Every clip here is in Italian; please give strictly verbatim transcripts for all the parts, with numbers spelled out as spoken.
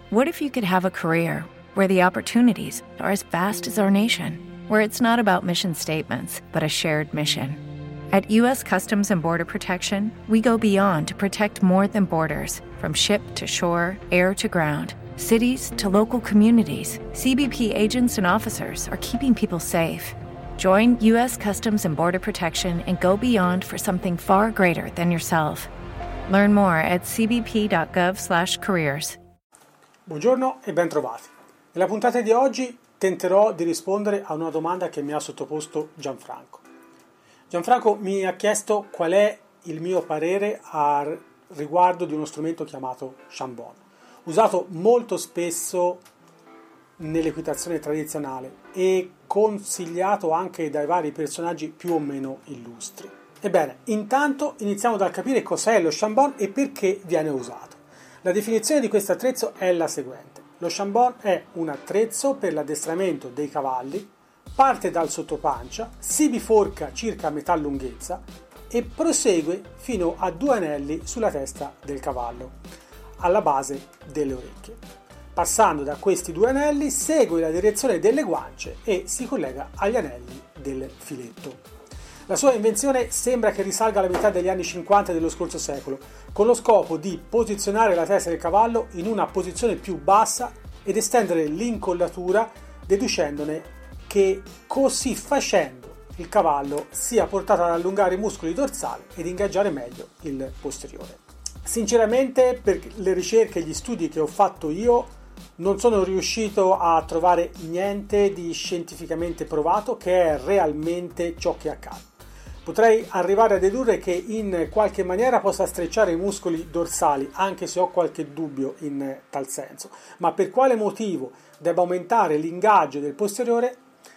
What if you could have a career where the opportunities are as vast as our nation, where it's not about mission statements, but a shared mission? At U S Customs and Border Protection, we go beyond to protect more than borders. From ship to shore, air to ground, cities to local communities, C B P agents and officers are keeping people safe. Join U S Customs and Border Protection and go beyond for something far greater than yourself. Learn more at c b p dot gov slash careers. Buongiorno e ben trovati. Nella puntata di oggi tenterò di rispondere a una domanda che mi ha sottoposto Gianfranco. Gianfranco mi ha chiesto qual è il mio parere a riguardo di uno strumento chiamato Chambon, usato molto spesso nell'equitazione tradizionale e consigliato anche dai vari personaggi più o meno illustri. Ebbene, intanto iniziamo dal capire cos'è lo Chambon e perché viene usato. La definizione di questo attrezzo è la seguente. Lo Chambon è un attrezzo per l'addestramento dei cavalli, parte dal sottopancia, si biforca circa a metà lunghezza e prosegue fino a due anelli sulla testa del cavallo, alla base delle orecchie. Passando da questi due anelli segue la direzione delle guance e si collega agli anelli del filetto. La sua invenzione sembra che risalga alla metà degli anni cinquanta dello scorso secolo, con lo scopo di posizionare la testa del cavallo in una posizione più bassa ed estendere l'incollatura, deducendone che così facendo il cavallo sia portato ad allungare i muscoli dorsali ed ingaggiare meglio il posteriore. Sinceramente, per le ricerche e gli studi che ho fatto io, non sono riuscito a trovare niente di scientificamente provato che è realmente ciò che accade. Potrei arrivare a dedurre che in qualche maniera possa strecciare i muscoli dorsali, anche se ho qualche dubbio in tal senso, ma per quale motivo debba aumentare l'ingaggio del posteriore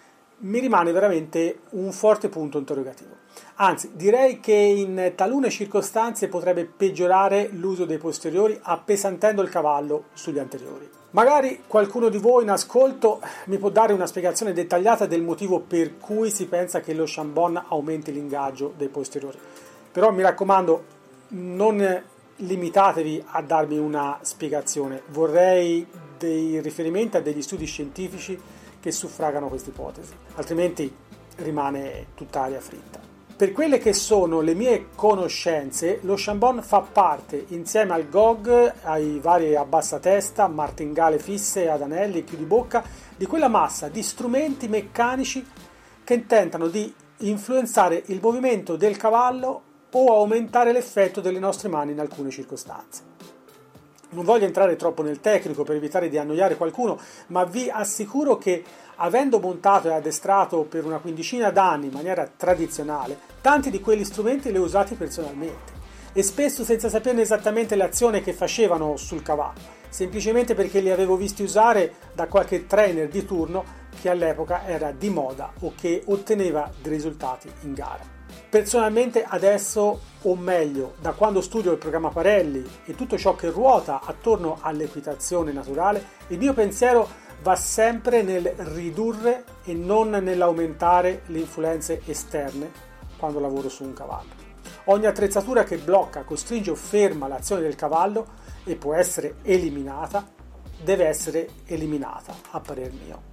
mi rimane veramente un forte punto interrogativo. Anzi, direi che in talune circostanze potrebbe peggiorare l'uso dei posteriori appesantendo il cavallo sugli anteriori. Magari qualcuno di voi in ascolto mi può dare una spiegazione dettagliata del motivo per cui si pensa che lo Chambon aumenti l'ingaggio dei posteriori. Però mi raccomando, non limitatevi a darmi una spiegazione. Vorrei dei riferimenti a degli studi scientifici che suffragano questa ipotesi, altrimenti rimane tutta aria fritta. Per quelle che sono le mie conoscenze, lo Chambon fa parte, insieme al gog, ai vari abbassatesta, martingale fisse ad anelli e chiudibocca, di quella massa di strumenti meccanici che tentano di influenzare il movimento del cavallo o aumentare l'effetto delle nostre mani in alcune circostanze. Non voglio entrare troppo nel tecnico per evitare di annoiare qualcuno, ma vi assicuro che, avendo montato e addestrato per una quindicina d'anni in maniera tradizionale, tanti di quegli strumenti li ho usati personalmente e spesso senza saperne esattamente l'azione che facevano sul cavallo, semplicemente perché li avevo visti usare da qualche trainer di turno che all'epoca era di moda o che otteneva dei risultati in gara. Personalmente adesso, o meglio, da quando studio il programma Parelli e tutto ciò che ruota attorno all'equitazione naturale, il mio pensiero va sempre nel ridurre e non nell'aumentare le influenze esterne quando lavoro su un cavallo. Ogni attrezzatura che blocca, costringe o ferma l'azione del cavallo e può essere eliminata, deve essere eliminata, a parer mio.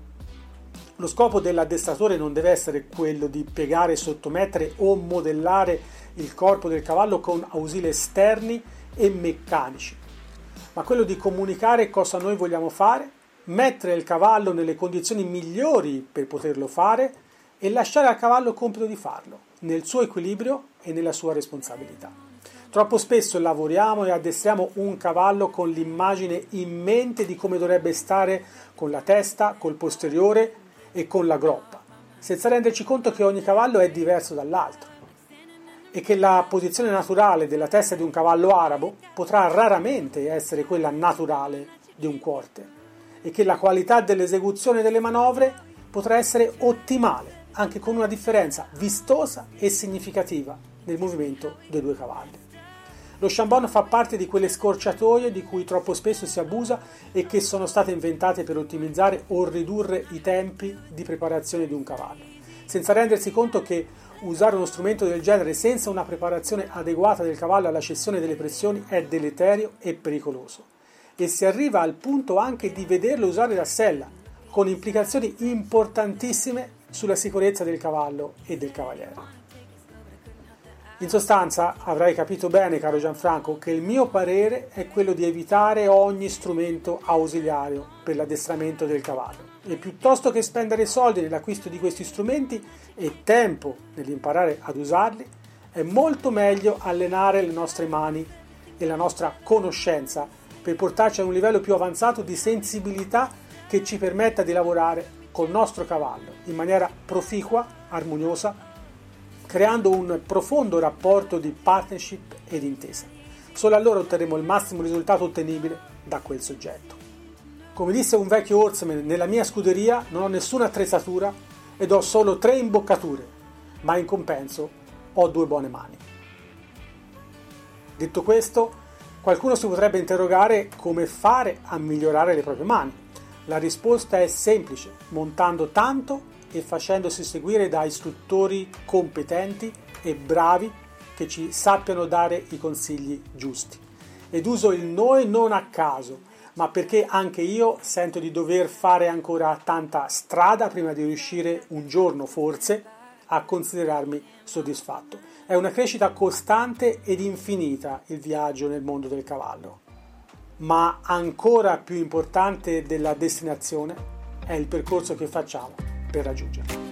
Lo scopo dell'addestratore non deve essere quello di piegare, sottomettere o modellare il corpo del cavallo con ausili esterni e meccanici, ma quello di comunicare cosa noi vogliamo fare, mettere il cavallo nelle condizioni migliori per poterlo fare e lasciare al cavallo il compito di farlo, nel suo equilibrio e nella sua responsabilità. Troppo spesso lavoriamo e addestriamo un cavallo con l'immagine in mente di come dovrebbe stare con la testa, col posteriore e con la groppa, senza renderci conto che ogni cavallo è diverso dall'altro e che la posizione naturale della testa di un cavallo arabo potrà raramente essere quella naturale di un quarter e che la qualità dell'esecuzione delle manovre potrà essere ottimale, anche con una differenza vistosa e significativa nel movimento dei due cavalli. Lo Chambon fa parte di quelle scorciatoie di cui troppo spesso si abusa e che sono state inventate per ottimizzare o ridurre i tempi di preparazione di un cavallo, senza rendersi conto che usare uno strumento del genere senza una preparazione adeguata del cavallo alla cessione delle pressioni è deleterio e pericoloso. e si arriva al punto anche di vederlo usare la sella, con implicazioni importantissime sulla sicurezza del cavallo e del cavaliere. In sostanza, avrai capito bene, caro Gianfranco, che il mio parere è quello di evitare ogni strumento ausiliario per l'addestramento del cavallo e piuttosto che spendere soldi nell'acquisto di questi strumenti e tempo nell'imparare ad usarli, è molto meglio allenare le nostre mani e la nostra conoscenza per portarci a un livello più avanzato di sensibilità che ci permetta di lavorare col nostro cavallo in maniera proficua, armoniosa, creando un profondo rapporto di partnership ed intesa. Solo allora otterremo il massimo risultato ottenibile da quel soggetto. Come disse un vecchio horseman, nella mia scuderia non ho nessuna attrezzatura ed ho solo tre imboccature, ma in compenso ho due buone mani. Detto questo, qualcuno si potrebbe interrogare come fare a migliorare le proprie mani. La risposta è semplice, montando tanto e facendosi seguire da istruttori competenti e bravi che ci sappiano dare i consigli giusti. Ed uso il noi non a caso, ma perché anche io sento di dover fare ancora tanta strada prima di riuscire un giorno, forse, a considerarmi soddisfatto. È una crescita costante ed infinita il viaggio nel mondo del cavallo. Ma ancora più importante della destinazione è il percorso che facciamo per raggiungerlo.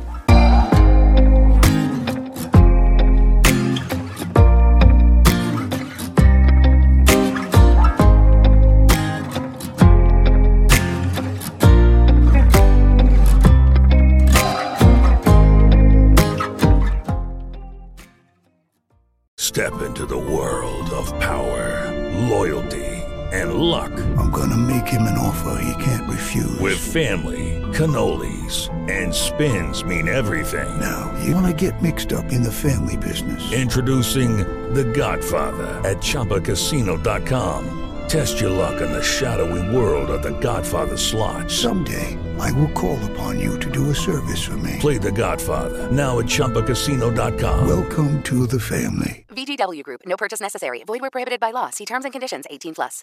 Step into the world of power, loyalty, and luck. I'm gonna make him an offer he can't refuse. With family, cannolis, and spins mean everything. Now, you wanna get mixed up in the family business. Introducing The Godfather at Chumba Casino dot com. Test your luck in the shadowy world of The Godfather slot. Someday, I will call upon you to do a service for me. Play The Godfather, now at Chumba Casino dot com. Welcome to the family. V G W Group. No purchase necessary. Void where prohibited by law. See terms and conditions. eighteen plus.